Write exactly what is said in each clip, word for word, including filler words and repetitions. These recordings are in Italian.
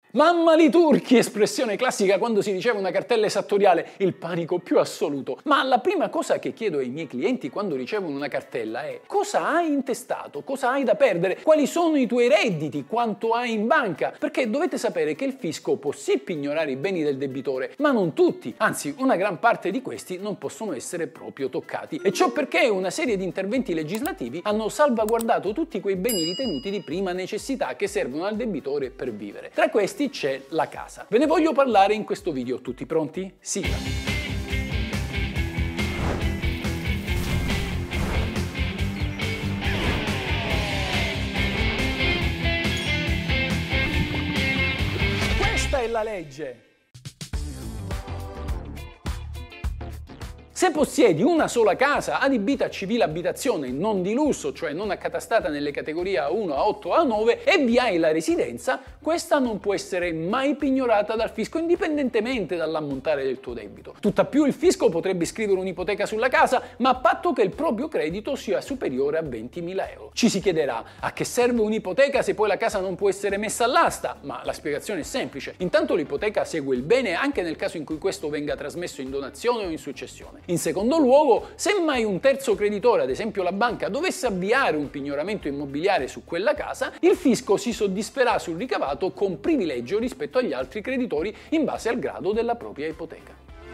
Mamma li turchi, espressione classica quando si riceve una cartella esattoriale, il panico più assoluto. Ma la prima cosa che chiedo ai miei clienti quando ricevono una cartella è: cosa hai intestato? Cosa hai da perdere? Quali sono i tuoi redditi? Quanto hai in banca? Perché dovete sapere che il fisco può sì pignorare i beni del debitore, ma non tutti, anzi una gran parte di questi non possono essere proprio toccati. E ciò perché una serie di interventi legislativi hanno salvaguardato tutti quei beni ritenuti di prima necessità che servono al debitore per vivere. Tra questi c'è la casa. Ve ne voglio parlare in questo video. Tutti pronti? Sigla! Questa è la legge! Se possiedi una sola casa adibita a civile abitazione non di lusso, cioè non accatastata nelle categorie A uno, A otto, A nove e vi hai la residenza, questa non può essere mai pignorata dal fisco indipendentemente dall'ammontare del tuo debito. Tutt'al più il fisco potrebbe scrivere un'ipoteca sulla casa, ma a patto che il proprio credito sia superiore a ventimila euro. Ci si chiederà: a che serve un'ipoteca se poi la casa non può essere messa all'asta? Ma la spiegazione è semplice. Intanto l'ipoteca segue il bene anche nel caso in cui questo venga trasmesso in donazione o in successione. In secondo luogo, se mai un terzo creditore, ad esempio la banca, dovesse avviare un pignoramento immobiliare su quella casa, il fisco si soddisferà sul ricavato con privilegio rispetto agli altri creditori in base al grado della propria ipoteca.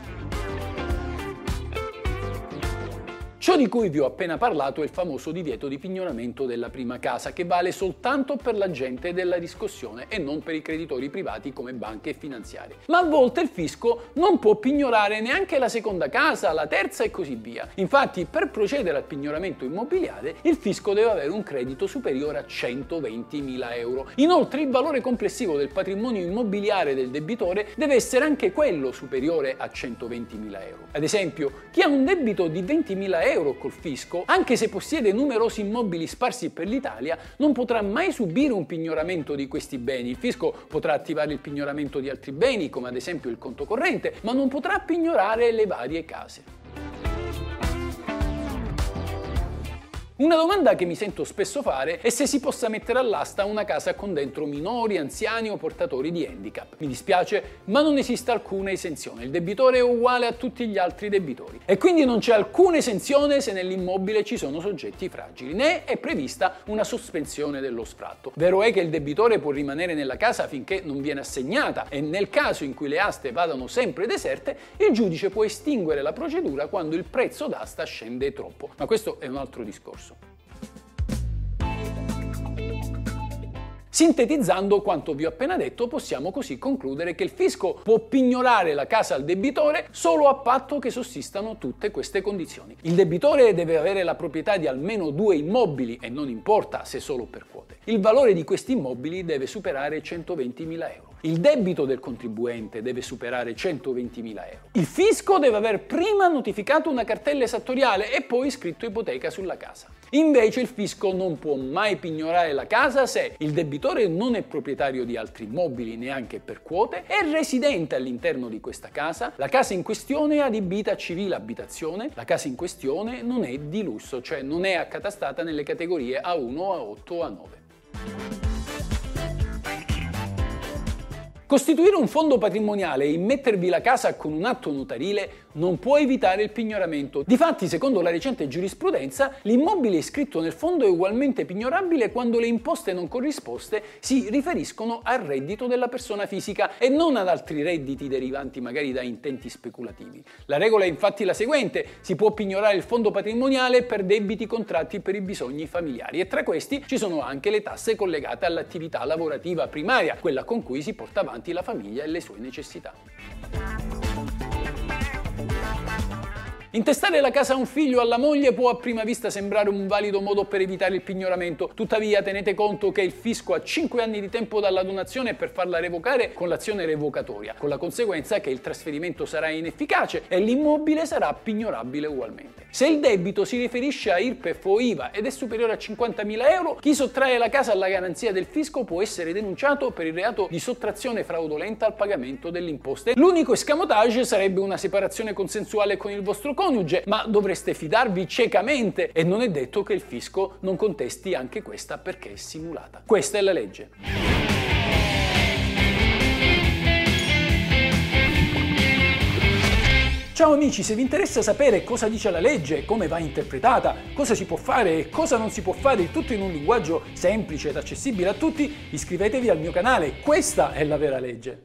Ciò di cui vi ho appena parlato è il famoso divieto di pignoramento della prima casa, che vale soltanto per la gente della riscossione e non per i creditori privati come banche e finanziarie. Ma a volte il fisco non può pignorare neanche la seconda casa, la terza e così via. Infatti, per procedere al pignoramento immobiliare, il fisco deve avere un credito superiore a centoventimila euro. Inoltre, il valore complessivo del patrimonio immobiliare del debitore deve essere anche quello superiore a centoventimila euro. Ad esempio, chi ha un debito di ventimila euro col fisco, anche se possiede numerosi immobili sparsi per l'Italia, non potrà mai subire un pignoramento di questi beni. Il fisco potrà attivare il pignoramento di altri beni, come ad esempio il conto corrente, ma non potrà pignorare le varie case. Una domanda che mi sento spesso fare è se si possa mettere all'asta una casa con dentro minori, anziani o portatori di handicap. Mi dispiace, ma non esiste alcuna esenzione. Il debitore è uguale a tutti gli altri debitori. E quindi non c'è alcuna esenzione se nell'immobile ci sono soggetti fragili, né è prevista una sospensione dello sfratto. Vero è che il debitore può rimanere nella casa finché non viene assegnata e nel caso in cui le aste vadano sempre deserte, il giudice può estinguere la procedura quando il prezzo d'asta scende troppo. Ma questo è un altro discorso. Sintetizzando quanto vi ho appena detto, possiamo così concludere che il fisco può pignorare la casa al debitore solo a patto che sussistano tutte queste condizioni. Il debitore deve avere la proprietà di almeno due immobili e non importa se solo per quote. Il valore di questi immobili deve superare centoventimila euro. Il debito del contribuente deve superare centoventimila euro. Il fisco deve aver prima notificato una cartella esattoriale e poi scritto ipoteca sulla casa. Invece il fisco non può mai pignorare la casa se il debitore non è proprietario di altri immobili neanche per quote, è residente all'interno di questa casa, la casa in questione è adibita a civile abitazione, la casa in questione non è di lusso, cioè non è accatastata nelle categorie A uno, A otto o A nove. Costituire un fondo patrimoniale e immettervi la casa con un atto notarile non può evitare il pignoramento. Difatti, secondo la recente giurisprudenza, l'immobile iscritto nel fondo è ugualmente pignorabile quando le imposte non corrisposte si riferiscono al reddito della persona fisica e non ad altri redditi derivanti magari da intenti speculativi. La regola è infatti la seguente: si può pignorare il fondo patrimoniale per debiti contratti per i bisogni familiari e tra questi ci sono anche le tasse collegate all'attività lavorativa primaria, quella con cui si porta avanti la famiglia e le sue necessità. Intestare la casa a un figlio o alla moglie può a prima vista sembrare un valido modo per evitare il pignoramento, tuttavia tenete conto che il fisco ha cinque anni di tempo dalla donazione per farla revocare con l'azione revocatoria, con la conseguenza che il trasferimento sarà inefficace e l'immobile sarà pignorabile ugualmente. Se il debito si riferisce a I R P E F o I V A ed è superiore a cinquantamila euro, chi sottrae la casa alla garanzia del fisco può essere denunciato per il reato di sottrazione fraudolenta al pagamento delle imposte. L'unico escamotage sarebbe una separazione consensuale con il vostro coniuge, ma dovreste fidarvi ciecamente e non è detto che il fisco non contesti anche questa perché è simulata. Questa è la legge. Ciao amici, se vi interessa sapere cosa dice la legge, come va interpretata, cosa si può fare e cosa non si può fare, tutto in un linguaggio semplice ed accessibile a tutti, iscrivetevi al mio canale, questa è la vera legge.